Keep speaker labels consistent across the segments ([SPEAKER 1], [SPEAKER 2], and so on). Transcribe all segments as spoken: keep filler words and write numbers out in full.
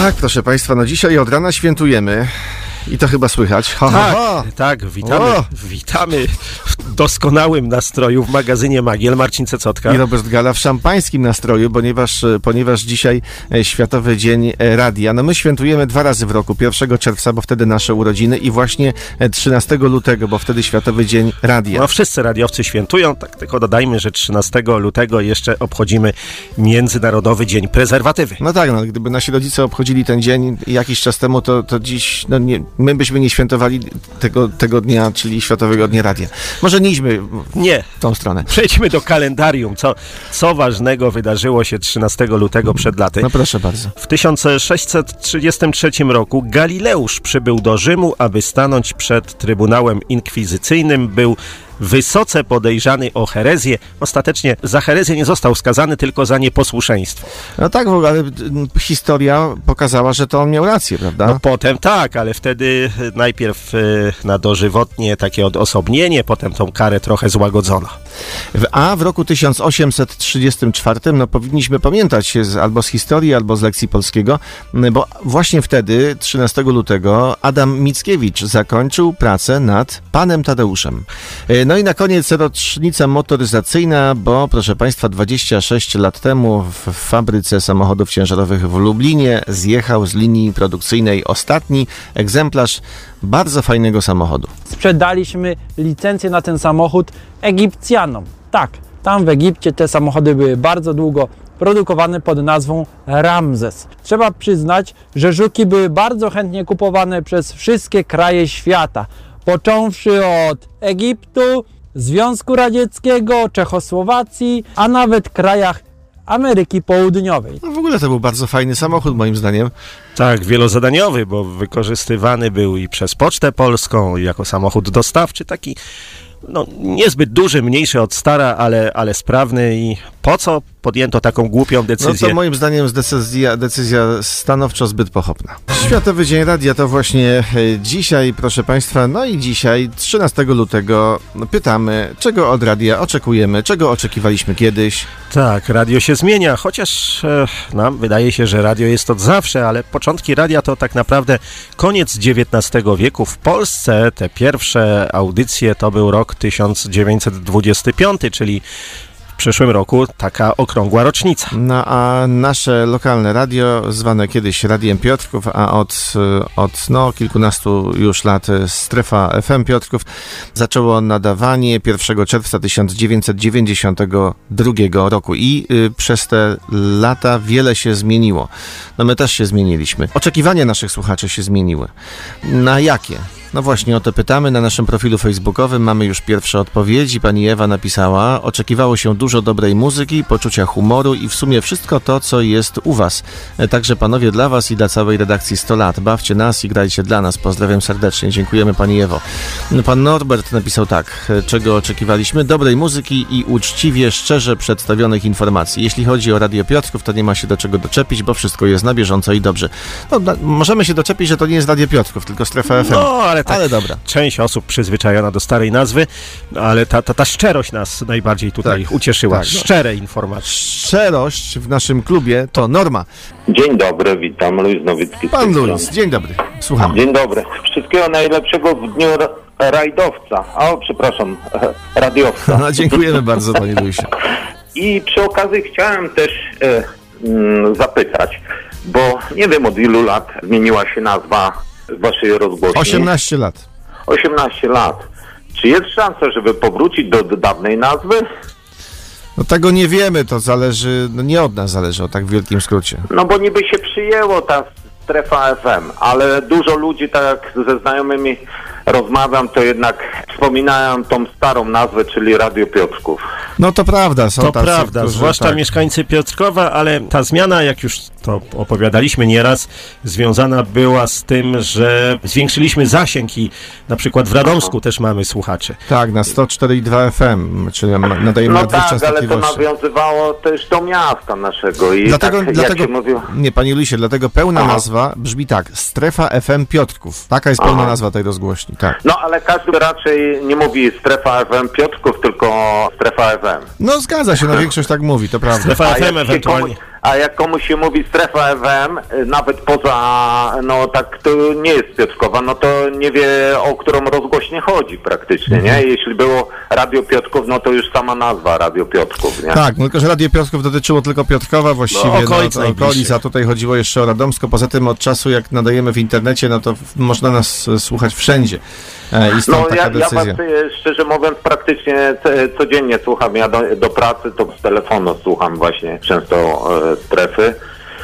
[SPEAKER 1] Tak, proszę Państwa, no dzisiaj od rana świętujemy i to chyba słychać. Ha,
[SPEAKER 2] tak,
[SPEAKER 1] ha.
[SPEAKER 2] tak, witamy,
[SPEAKER 1] O!
[SPEAKER 2] witamy w doskonałym nastroju w magazynie Magiel. Marcin Cecotka.
[SPEAKER 1] I Robert Gala w szampańskim nastroju, ponieważ, ponieważ dzisiaj e, Światowy Dzień Radia. No my świętujemy dwa razy w roku. pierwszego czerwca, bo wtedy nasze urodziny, i właśnie trzynastego lutego, bo wtedy Światowy Dzień Radia.
[SPEAKER 2] No wszyscy radiowcy świętują, tak tylko dodajmy, że trzynastego lutego jeszcze obchodzimy Międzynarodowy Dzień Prezerwatywy.
[SPEAKER 1] No tak, no, gdyby nasi rodzice obchodzili ten dzień jakiś czas temu, to, to dziś no nie, my byśmy nie świętowali tego, tego dnia, czyli Światowego Dnia Radia. Może nie idźmy w
[SPEAKER 2] Nie.
[SPEAKER 1] tą stronę.
[SPEAKER 2] Przejdźmy do kalendarium. Co, co ważnego wydarzyło się trzynastego lutego przed laty?
[SPEAKER 1] No proszę bardzo.
[SPEAKER 2] W tysiąc sześćset trzydziestym trzecim roku Galileusz przybył do Rzymu, aby stanąć przed Trybunałem Inkwizycyjnym. Był wysoce podejrzany o herezję. Ostatecznie za herezję nie został skazany, tylko za nieposłuszeństwo.
[SPEAKER 1] No tak, w ogóle, ale m, historia pokazała, że to on miał rację, prawda?
[SPEAKER 2] No potem tak, ale wtedy najpierw y, na dożywotnie takie odosobnienie, potem tą karę trochę złagodzono.
[SPEAKER 1] W, a w roku tysiąc osiemset trzydziestym czwartym, no powinniśmy pamiętać z, albo z historii, albo z lekcji polskiego, m, bo właśnie wtedy, trzynastego lutego, Adam Mickiewicz zakończył pracę nad Panem Tadeuszem. E, No i na koniec rocznica motoryzacyjna, bo proszę Państwa, dwadzieścia sześć lat temu w fabryce samochodów ciężarowych w Lublinie zjechał z linii produkcyjnej ostatni egzemplarz bardzo fajnego samochodu.
[SPEAKER 3] Sprzedaliśmy licencję na ten samochód Egipcjanom. Tak, tam w Egipcie te samochody były bardzo długo produkowane pod nazwą Ramzes. Trzeba przyznać, że Żuki były bardzo chętnie kupowane przez wszystkie kraje świata. Począwszy od Egiptu, Związku Radzieckiego, Czechosłowacji, a nawet krajach Ameryki Południowej.
[SPEAKER 1] No w ogóle to był bardzo fajny samochód, moim zdaniem.
[SPEAKER 2] Tak, wielozadaniowy, bo wykorzystywany był i przez Pocztę Polską, i jako samochód dostawczy, taki no, niezbyt duży, mniejszy od Stara, ale, ale sprawny. I po co podjęto taką głupią decyzję?
[SPEAKER 1] No to moim zdaniem jest decyzja, decyzja stanowczo zbyt pochopna. Światowy Dzień Radia to właśnie e, dzisiaj, proszę Państwa, no i dzisiaj, trzynastego lutego, pytamy, czego od radia oczekujemy, czego oczekiwaliśmy kiedyś.
[SPEAKER 2] Tak, radio się zmienia, chociaż e, nam wydaje się, że radio jest od zawsze, ale początki radia to tak naprawdę koniec dziewiętnastego wieku. W Polsce te pierwsze audycje to był rok tysiąc dziewięćset dwudziesty piąty, czyli w przyszłym roku taka okrągła rocznica.
[SPEAKER 1] No a nasze lokalne radio, zwane kiedyś Radiem Piotrków, a od, od no, kilkunastu już lat Strefa F M Piotrków, zaczęło nadawanie pierwszego czerwca tysiąc dziewięćset dziewięćdziesiątego drugiego roku i y, przez te lata wiele się zmieniło. No my też się zmieniliśmy. Oczekiwania naszych słuchaczy się zmieniły. Na jakie? No właśnie o to pytamy. Na naszym profilu facebookowym mamy już pierwsze odpowiedzi. Pani Ewa napisała: oczekiwało się dużo dobrej muzyki, poczucia humoru i w sumie wszystko to, co jest u Was. Także panowie, dla Was i dla całej redakcji sto lat. Bawcie nas i grajcie dla nas. Pozdrawiam serdecznie. Dziękujemy Pani Ewo. Pan Norbert napisał tak: czego oczekiwaliśmy? Dobrej muzyki i uczciwie, szczerze przedstawionych informacji. Jeśli chodzi o Radio Piotrków, to nie ma się do czego doczepić, bo wszystko jest na bieżąco i dobrze. No, na, możemy się doczepić, że to nie jest Radio Piotrków, tylko Strefa F M.
[SPEAKER 2] No, ale tak,
[SPEAKER 1] ale dobra.
[SPEAKER 2] Część osób przyzwyczajona do starej nazwy, ale ta, ta, ta szczerość nas najbardziej tutaj
[SPEAKER 1] tak,
[SPEAKER 2] ucieszyła.
[SPEAKER 1] tak, no.
[SPEAKER 2] Szczere informacje.
[SPEAKER 1] Szczerość w naszym klubie to norma.
[SPEAKER 4] Dzień dobry, witam, Luis Nowicki.
[SPEAKER 1] Pan Luis, dzień dobry, słucham.
[SPEAKER 4] Dzień dobry. Wszystkiego najlepszego w dniu ra- rajdowca. O, przepraszam, radiowca.
[SPEAKER 1] No, dziękujemy bardzo, panie Luisie.
[SPEAKER 4] I przy okazji chciałem też e, m, zapytać, bo nie wiem, od ilu lat zmieniła się nazwa waszej rozgłośni.
[SPEAKER 1] osiemnaście lat.
[SPEAKER 4] osiemnaście lat. Czy jest szansa, żeby powrócić do, do dawnej nazwy?
[SPEAKER 1] No tego nie wiemy, to zależy, no nie od nas zależy, o tak w wielkim skrócie.
[SPEAKER 4] No bo niby się przyjęło ta Strefa F M, ale dużo ludzi, tak jak ze znajomymi rozmawiam, to jednak wspominają tą starą nazwę, czyli Radio Piotrków.
[SPEAKER 1] No to prawda, są
[SPEAKER 2] To
[SPEAKER 1] tacy,
[SPEAKER 2] prawda,
[SPEAKER 1] którzy,
[SPEAKER 2] zwłaszcza
[SPEAKER 1] tak.
[SPEAKER 2] mieszkańcy Piotrkowa, ale ta zmiana, jak już to opowiadaliśmy nieraz, związana była z tym, że zwiększyliśmy zasięg i na przykład w Radomsku Aha. też mamy słuchaczy.
[SPEAKER 1] Tak, na sto cztery i dwa F M, czyli nadajemy
[SPEAKER 4] No
[SPEAKER 1] na dwóch
[SPEAKER 4] tak, ale to
[SPEAKER 1] częstotliwości.
[SPEAKER 4] nawiązywało też do miasta naszego i
[SPEAKER 1] Dlatego,
[SPEAKER 4] tak,
[SPEAKER 1] dlatego
[SPEAKER 4] jak się mówiło...
[SPEAKER 1] nie, panie Luisie, dlatego pełna
[SPEAKER 4] Aha.
[SPEAKER 1] nazwa brzmi tak: Strefa F M Piotrków. Taka jest pełna
[SPEAKER 4] Aha.
[SPEAKER 1] nazwa tej rozgłośni, tak.
[SPEAKER 4] No ale każdy raczej nie mówi Strefa F M Piotrków, tylko Strefa F M.
[SPEAKER 1] No zgadza się, no większość tak mówi, to prawda.
[SPEAKER 2] Strefa
[SPEAKER 4] A
[SPEAKER 2] F M
[SPEAKER 4] jak się
[SPEAKER 2] ewentualnie.
[SPEAKER 4] komuś, A jak komuś się mówi strefa F M, nawet poza, no tak, to nie jest Piotrkowa, no to nie wie, o którą rozgłośnię chodzi praktycznie, nie? Jeśli było Radio Piotrków, no to już sama nazwa Radio Piotrków, nie?
[SPEAKER 1] Tak, no tylko że Radio Piotrków dotyczyło tylko Piotrkowa właściwie,
[SPEAKER 2] no, okolic,
[SPEAKER 1] no, okolic, a tutaj chodziło jeszcze o Radomsko. Poza tym od czasu, jak nadajemy w internecie, no to w, można nas słuchać wszędzie. E, I stąd
[SPEAKER 4] no
[SPEAKER 1] taka
[SPEAKER 4] ja,
[SPEAKER 1] decyzja.
[SPEAKER 4] ja was, szczerze mówiąc, praktycznie codziennie słucham. Ja do, do pracy to z telefonu słucham właśnie często e, strefy.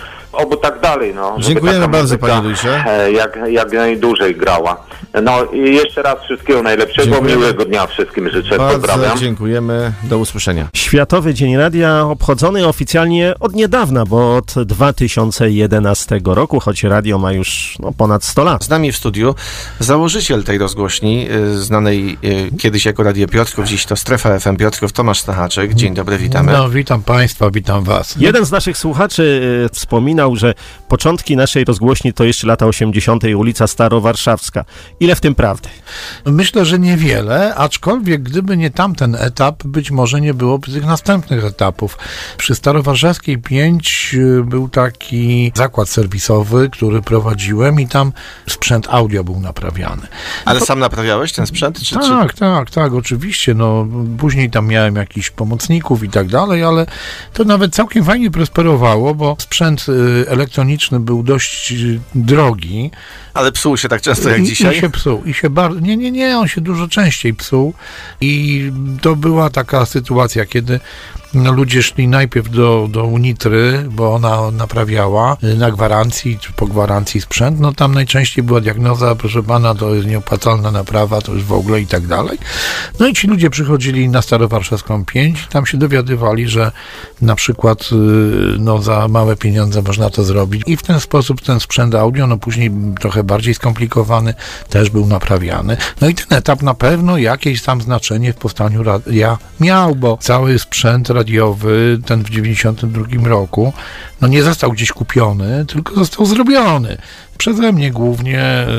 [SPEAKER 4] Oby tak dalej, no.
[SPEAKER 1] Dziękujemy bardzo, panie Luisie.
[SPEAKER 4] Jak, jak najdłużej grała. No i jeszcze raz wszystkiego najlepszego,
[SPEAKER 1] Dziękujemy.
[SPEAKER 4] Miłego dnia wszystkim życzę.
[SPEAKER 1] Bardzo
[SPEAKER 4] Pozdrawiam.
[SPEAKER 1] dziękujemy, do usłyszenia.
[SPEAKER 2] Światowy Dzień Radia obchodzony oficjalnie od niedawna, bo od dwa tysiące jedenastego roku, choć radio ma już no, ponad sto lat.
[SPEAKER 1] Z nami w studiu założyciel tej rozgłośni, y, znanej y, kiedyś jako Radio Piotrków, dziś to Strefa F M Piotrków, Tomasz Stachaczek. Dzień dobry, witamy.
[SPEAKER 5] No, witam Państwa, witam Was.
[SPEAKER 2] Jeden z naszych słuchaczy y, wspominał, że początki naszej rozgłośni to jeszcze lata osiemdziesiąte, ulica Starowarszawska. Ile w tym prawdy?
[SPEAKER 5] Myślę, że niewiele, aczkolwiek gdyby nie tamten etap, być może nie byłoby tych następnych etapów. Przy Starowarszawskiej pięć był taki zakład serwisowy, który prowadziłem i tam sprzęt audio był naprawiany.
[SPEAKER 1] Ale sam naprawiałeś ten sprzęt? Czy,
[SPEAKER 5] Tak,
[SPEAKER 1] czy...
[SPEAKER 5] tak, tak, oczywiście. No, później tam miałem jakichś pomocników i tak dalej, ale to nawet całkiem fajnie prosperowało, bo sprzęt y, elektroniczny był dość y, drogi.
[SPEAKER 1] Ale psuł się tak często jak
[SPEAKER 5] I,
[SPEAKER 1] dzisiaj?
[SPEAKER 5] I się psuł. I się bardzo, nie, nie, nie, on się dużo częściej psuł. I to była taka sytuacja, kiedy no, ludzie szli najpierw do, do Unitry, bo ona naprawiała na gwarancji, czy po gwarancji sprzęt. No tam najczęściej była diagnoza, proszę pana, to jest nieopłacalna naprawa, to już w ogóle i tak dalej. No i ci ludzie przychodzili na Starowarszawską pięć, tam się dowiadywali, że na przykład no, za małe pieniądze można to zrobić. I w ten sposób ten sprzęt audio, no później trochę bardziej skomplikowany, też był naprawiany. No i ten etap na pewno jakieś tam znaczenie w powstaniu radia miał, bo cały sprzęt radiowy, ten w dziewięćdziesiątym drugim roku, no nie został gdzieś kupiony, tylko został zrobiony. Przeze mnie głównie,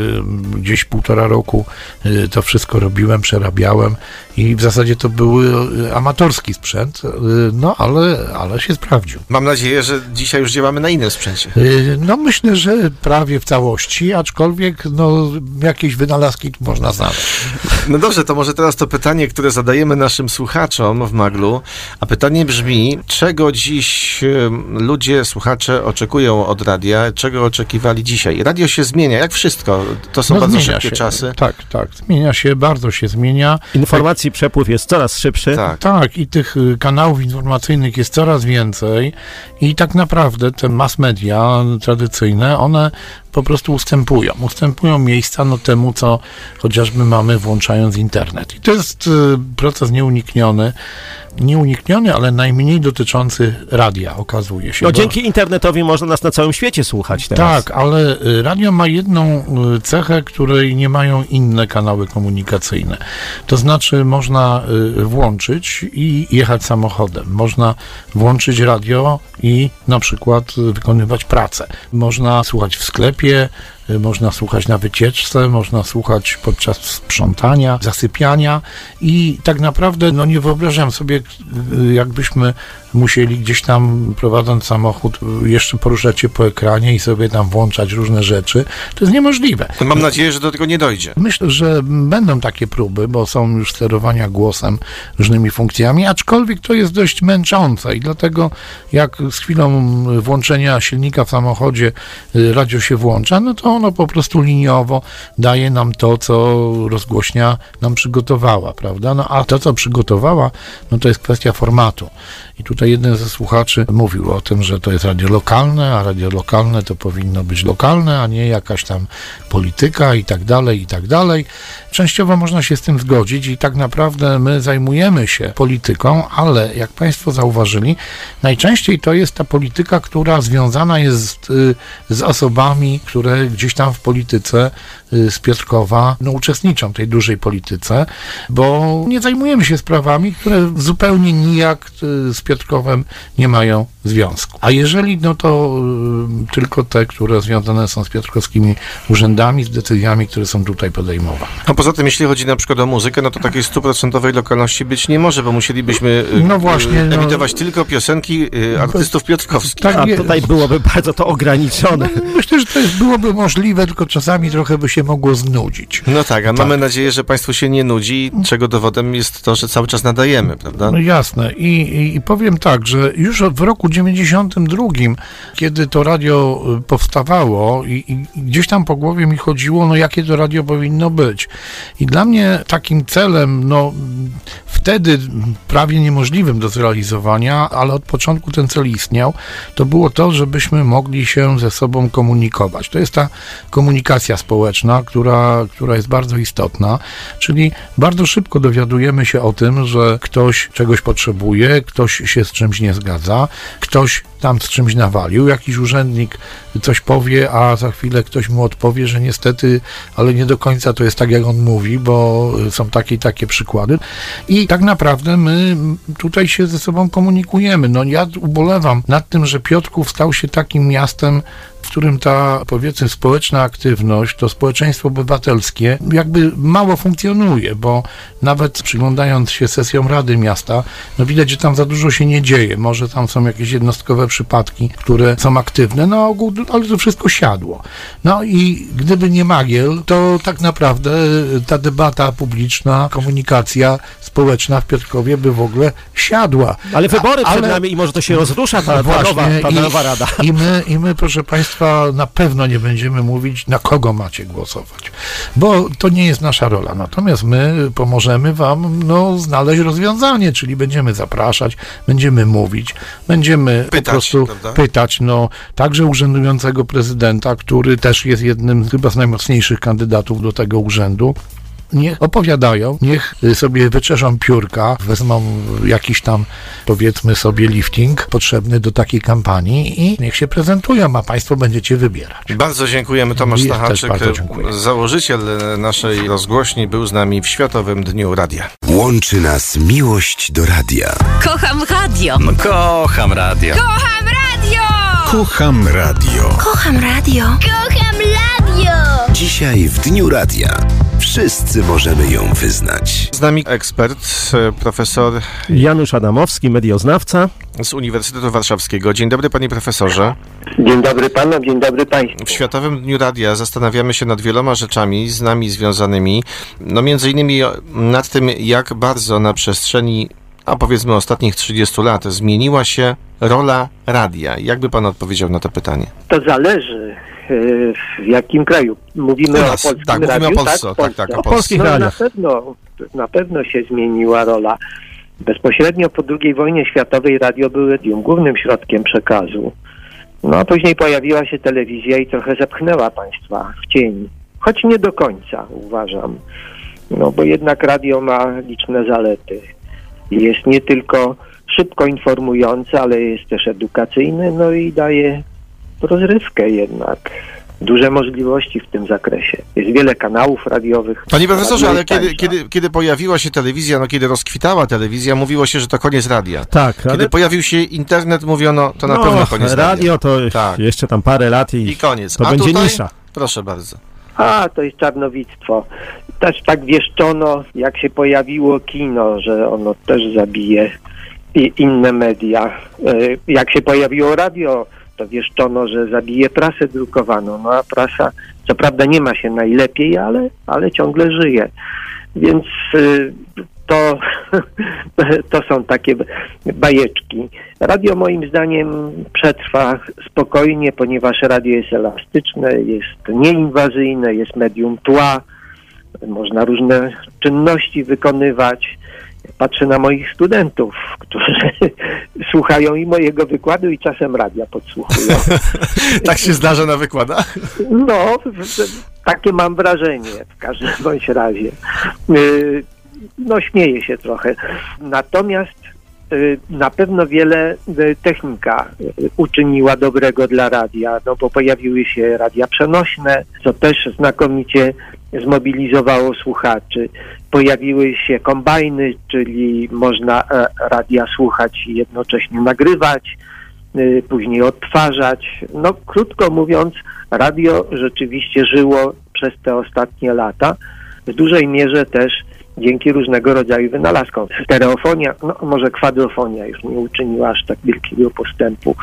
[SPEAKER 5] y, gdzieś półtora roku y, to wszystko robiłem, przerabiałem i w zasadzie to był y, amatorski sprzęt, y, no ale, ale się sprawdził.
[SPEAKER 1] Mam nadzieję, że dzisiaj już działamy na innym sprzęcie.
[SPEAKER 5] Y, no myślę, że prawie w całości, aczkolwiek no jakieś wynalazki tu można znaleźć.
[SPEAKER 1] No dobrze, to może teraz to pytanie, które zadajemy naszym słuchaczom w Maglu, a pytanie brzmi, czego dziś y, ludzie, słuchacze oczekują od radia, czego oczekiwali dziś? Dzisiaj. Radio się zmienia, jak wszystko. To są
[SPEAKER 5] no,
[SPEAKER 1] bardzo
[SPEAKER 5] szybkie
[SPEAKER 1] się. czasy.
[SPEAKER 5] Tak, tak. Zmienia się, bardzo się zmienia.
[SPEAKER 2] Informacji przepływ jest coraz szybszy.
[SPEAKER 1] Tak.
[SPEAKER 5] Tak, i tych kanałów informacyjnych jest coraz więcej i tak naprawdę te mass media tradycyjne, one po prostu ustępują. Ustępują miejsca no, temu, co chociażby mamy włączając internet. I to jest y, proces nieunikniony. Nieunikniony, ale najmniej dotyczący radia, okazuje się.
[SPEAKER 2] No
[SPEAKER 5] bo...
[SPEAKER 2] dzięki internetowi można nas na całym świecie słuchać teraz.
[SPEAKER 5] Tak, ale radio ma jedną cechę, której nie mają inne kanały komunikacyjne. To znaczy można włączyć i jechać samochodem. Można włączyć radio i na przykład wykonywać pracę. Można słuchać w sklepie, można słuchać na wycieczce, można słuchać podczas sprzątania, zasypiania i tak naprawdę no nie wyobrażam sobie, jakbyśmy musieli gdzieś tam, prowadząc samochód, jeszcze poruszać się po ekranie i sobie tam włączać różne rzeczy. To jest niemożliwe.
[SPEAKER 1] Mam nadzieję, że do tego nie dojdzie.
[SPEAKER 5] Myślę, że będą takie próby, bo są już sterowania głosem, różnymi funkcjami, aczkolwiek to jest dość męczące i dlatego jak z chwilą włączenia silnika w samochodzie radio się włącza, no to ono po prostu liniowo daje nam to, co rozgłośnia nam przygotowała, prawda? No a to, co przygotowała, no to jest kwestia formatu. I tutaj jeden ze słuchaczy mówił o tym, że to jest radio lokalne, a radio lokalne to powinno być lokalne, a nie jakaś tam polityka i tak dalej, i tak dalej. Częściowo można się z tym zgodzić i tak naprawdę my zajmujemy się polityką, ale jak Państwo zauważyli, najczęściej to jest ta polityka, która związana jest z, z osobami, które gdzieś gdzieś tam w polityce z Piotrkowa no, uczestniczą, tej dużej polityce, bo nie zajmujemy się sprawami, które zupełnie nijak z Piotrkowem nie mają związku. A jeżeli, no to y, tylko te, które związane są z piotrkowskimi urzędami, z decyzjami, które są tutaj podejmowane.
[SPEAKER 1] A poza tym, jeśli chodzi na przykład o muzykę, no to takiej stuprocentowej lokalności być nie może, bo musielibyśmy y,
[SPEAKER 5] no właśnie,
[SPEAKER 1] y,
[SPEAKER 5] no,
[SPEAKER 1] emitować tylko piosenki y, artystów piotrkowskich.
[SPEAKER 5] Tak,
[SPEAKER 2] A tutaj byłoby bardzo to ograniczone.
[SPEAKER 5] No, myślę, że to jest, byłoby możliwe, tylko czasami trochę by się mogło znudzić.
[SPEAKER 1] No tak, a
[SPEAKER 5] tak.
[SPEAKER 1] mamy nadzieję, że Państwu się nie nudzi, czego dowodem jest to, że cały czas nadajemy, prawda?
[SPEAKER 5] No jasne. I, i, i powiem tak, że już w roku dziewięćdziesiątym drugim, kiedy to radio powstawało i, i gdzieś tam po głowie mi chodziło, no jakie to radio powinno być. I dla mnie takim celem, no wtedy prawie niemożliwym do zrealizowania, ale od początku ten cel istniał, to było to, żebyśmy mogli się ze sobą komunikować. To jest ta komunikacja społeczna, która, która jest bardzo istotna, czyli bardzo szybko dowiadujemy się o tym, że ktoś czegoś potrzebuje, ktoś się z czymś nie zgadza, ktoś tam z czymś nawalił, jakiś urzędnik coś powie, a za chwilę ktoś mu odpowie, że niestety, ale nie do końca to jest tak, jak on mówi, bo są takie i takie przykłady. I tak naprawdę my tutaj się ze sobą komunikujemy. No ja ubolewam nad tym, że Piotrków stał się takim miastem, w którym ta, powiedzmy, społeczna aktywność, to społeczeństwo obywatelskie jakby mało funkcjonuje, bo nawet przyglądając się sesjom Rady Miasta, no widać, że tam za dużo się nie dzieje. Może tam są jakieś jednostkowe przypadki, które są aktywne, no ogół, ale to wszystko siadło. No i gdyby nie Magiel, to tak naprawdę ta debata publiczna, komunikacja społeczna w Piotrkowie by w ogóle siadła.
[SPEAKER 2] Ale wybory
[SPEAKER 5] A,
[SPEAKER 2] przed
[SPEAKER 5] ale...
[SPEAKER 2] nami i może to się rozrusza ta, ta,
[SPEAKER 5] Właśnie,
[SPEAKER 2] nowa, ta
[SPEAKER 5] i,
[SPEAKER 2] nowa rada.
[SPEAKER 5] I my, I my, proszę Państwa, na pewno nie będziemy mówić, na kogo macie głosować, bo to nie jest nasza rola. Natomiast my pomożemy Wam no, znaleźć rozwiązanie, czyli będziemy zapraszać, będziemy mówić, będziemy
[SPEAKER 1] Pytać,
[SPEAKER 5] po prostu
[SPEAKER 1] prawda?
[SPEAKER 5] pytać, no, także urzędującego prezydenta, który też jest jednym chyba z najmocniejszych kandydatów do tego urzędu. Niech opowiadają, niech sobie wyczeszą piórka, wezmą jakiś tam, powiedzmy sobie, lifting potrzebny do takiej kampanii i niech się prezentują, a Państwo będziecie wybierać.
[SPEAKER 1] Bardzo dziękujemy. Tomasz
[SPEAKER 5] Ja też
[SPEAKER 1] Stachaczyk,
[SPEAKER 5] bardzo dziękuję.
[SPEAKER 1] założyciel naszej rozgłośni, był z nami w Światowym Dniu Radia.
[SPEAKER 6] Łączy nas miłość do radia.
[SPEAKER 7] Kocham radio.
[SPEAKER 6] No kocham radio.
[SPEAKER 7] Kocham radio.
[SPEAKER 6] Kocham radio.
[SPEAKER 7] Kocham radio. Kocham radio.
[SPEAKER 6] Dzisiaj w Dniu Radia. Wszyscy możemy ją wyznać.
[SPEAKER 1] Z nami ekspert, profesor
[SPEAKER 2] Janusz Adamowski, medioznawca.
[SPEAKER 1] z Uniwersytetu Warszawskiego. Dzień dobry, panie profesorze.
[SPEAKER 8] Dzień dobry panom, dzień dobry państwu.
[SPEAKER 1] W Światowym Dniu Radia zastanawiamy się nad wieloma rzeczami z nami związanymi. No między innymi nad tym, jak bardzo na przestrzeni, a powiedzmy ostatnich trzydziestu lat zmieniła się rola radia. Jakby pan odpowiedział na to pytanie?
[SPEAKER 8] To zależy w jakim kraju. Mówimy
[SPEAKER 1] U
[SPEAKER 8] o
[SPEAKER 1] nas.
[SPEAKER 8] polskim
[SPEAKER 1] Tak, mówimy
[SPEAKER 8] radiu,
[SPEAKER 1] o Polsce.
[SPEAKER 8] tak?
[SPEAKER 1] Tak, tak,
[SPEAKER 2] O
[SPEAKER 1] o
[SPEAKER 2] polskich
[SPEAKER 8] No, na
[SPEAKER 2] radiach.
[SPEAKER 8] pewno, na pewno się zmieniła rola. Bezpośrednio po drugiej wojnie światowej radio było medium, głównym środkiem przekazu. No a później pojawiła się telewizja i trochę zepchnęła państwa w cień. Choć nie do końca, uważam. No bo jednak radio ma liczne zalety. Jest nie tylko szybko informujący, ale jest też edukacyjny, no i daje rozrywkę jednak. Duże możliwości w tym zakresie. Jest wiele kanałów radiowych.
[SPEAKER 1] Panie profesorze, ale kiedy,
[SPEAKER 8] tańsza.
[SPEAKER 1] kiedy, kiedy pojawiła się telewizja, no kiedy rozkwitała telewizja, mówiło się, że to koniec radia.
[SPEAKER 2] Tak,
[SPEAKER 1] Kiedy
[SPEAKER 2] ale
[SPEAKER 1] pojawił się internet, mówiono, to na
[SPEAKER 2] no,
[SPEAKER 1] pewno koniec radia.
[SPEAKER 2] radio to
[SPEAKER 1] Tak.
[SPEAKER 2] jeszcze tam parę lat i,
[SPEAKER 1] I koniec.
[SPEAKER 2] to
[SPEAKER 1] A
[SPEAKER 2] będzie
[SPEAKER 1] tutaj?
[SPEAKER 2] nisza.
[SPEAKER 1] Proszę bardzo.
[SPEAKER 8] A, to jest czarnowictwo. Też tak wieszczono, jak się pojawiło kino, że ono też zabije i inne media. E, Jak się pojawiło radio, to wieszczono, że zabije prasę drukowaną. No a prasa, co prawda nie ma się najlepiej, ale, ale ciągle żyje. Więc y, to, to są takie bajeczki. Radio moim zdaniem przetrwa spokojnie, ponieważ radio jest elastyczne, jest nieinwazyjne, jest medium tła, można różne czynności wykonywać. Patrzę na moich studentów, którzy słuchają i mojego wykładu i czasem radia podsłuchują.
[SPEAKER 1] Tak się zdarza na wykładach?
[SPEAKER 8] No, takie mam wrażenie w każdym bądź razie. Yy, No, śmieję się trochę. Natomiast y, na pewno wiele y, technika y, uczyniła dobrego dla radia, no bo pojawiły się radia przenośne, co też znakomicie zmobilizowało słuchaczy. Pojawiły się kombajny, czyli można e, radia słuchać i jednocześnie nagrywać, y, później odtwarzać. No krótko mówiąc, radio rzeczywiście żyło przez te ostatnie lata, w dużej mierze też dzięki różnego rodzaju wynalazkom. Stereofonia, no może kwadrofonia już nie uczyniła aż tak wielkiego postępu.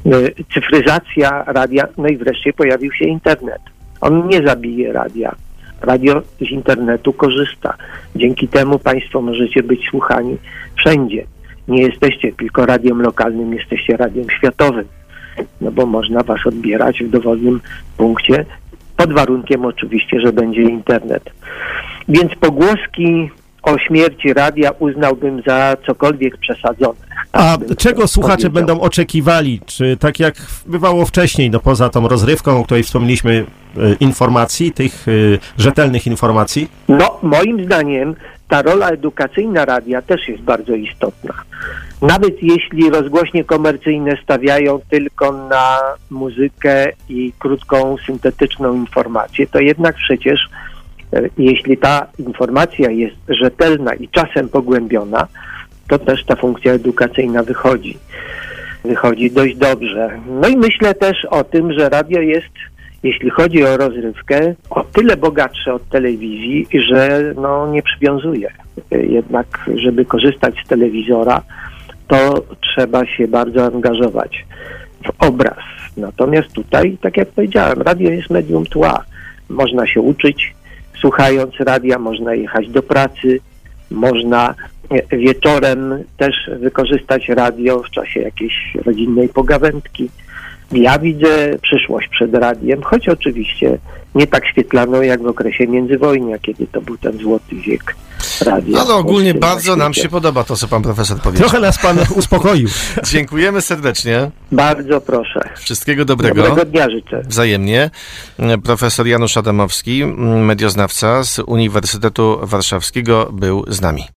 [SPEAKER 8] Cyfryzacja radia, no i wreszcie pojawił się internet. On nie zabije radia. Radio z internetu korzysta. Dzięki temu Państwo możecie być słuchani wszędzie. Nie jesteście tylko radiem lokalnym, jesteście radiem światowym. No bo można Was odbierać w dowolnym punkcie, pod warunkiem oczywiście, że będzie internet. Więc pogłoski o śmierci radia uznałbym za cokolwiek przesadzone.
[SPEAKER 2] A
[SPEAKER 8] Tak
[SPEAKER 2] czego słuchacze
[SPEAKER 8] powiedział.
[SPEAKER 2] będą oczekiwali? Czy tak jak bywało wcześniej, no poza tą rozrywką, o której wspomnieliśmy, y, informacji, tych y, rzetelnych informacji?
[SPEAKER 8] No, moim zdaniem ta rola edukacyjna radia też jest bardzo istotna. Nawet jeśli rozgłośnie komercyjne stawiają tylko na muzykę i krótką, syntetyczną informację, to jednak przecież e, jeśli ta informacja jest rzetelna i czasem pogłębiona, to też ta funkcja edukacyjna wychodzi. Wychodzi dość dobrze. No i myślę też o tym, że radio jest, jeśli chodzi o rozrywkę, o tyle bogatsze od telewizji, że no, nie przywiązuje. Jednak, żeby korzystać z telewizora, to trzeba się bardzo angażować w obraz. Natomiast tutaj, tak jak powiedziałem, radio jest medium tła. Można się uczyć, słuchając radia, można jechać do pracy, można wieczorem też wykorzystać radio w czasie jakiejś rodzinnej pogawędki. Ja widzę przyszłość przed radiem, choć oczywiście nie tak świetlaną jak w okresie międzywojnia, kiedy to był ten złoty wiek radia.
[SPEAKER 1] Ale ogólnie
[SPEAKER 8] na
[SPEAKER 1] bardzo nam
[SPEAKER 8] świecie.
[SPEAKER 1] się podoba to, co pan profesor powiedział.
[SPEAKER 2] Trochę nas pan uspokoił.
[SPEAKER 1] Dziękujemy serdecznie.
[SPEAKER 8] Bardzo proszę.
[SPEAKER 1] Wszystkiego dobrego.
[SPEAKER 8] Dobrego dnia życzę.
[SPEAKER 1] Wzajemnie. Profesor Janusz Adamowski, medioznawca z Uniwersytetu Warszawskiego, był z nami.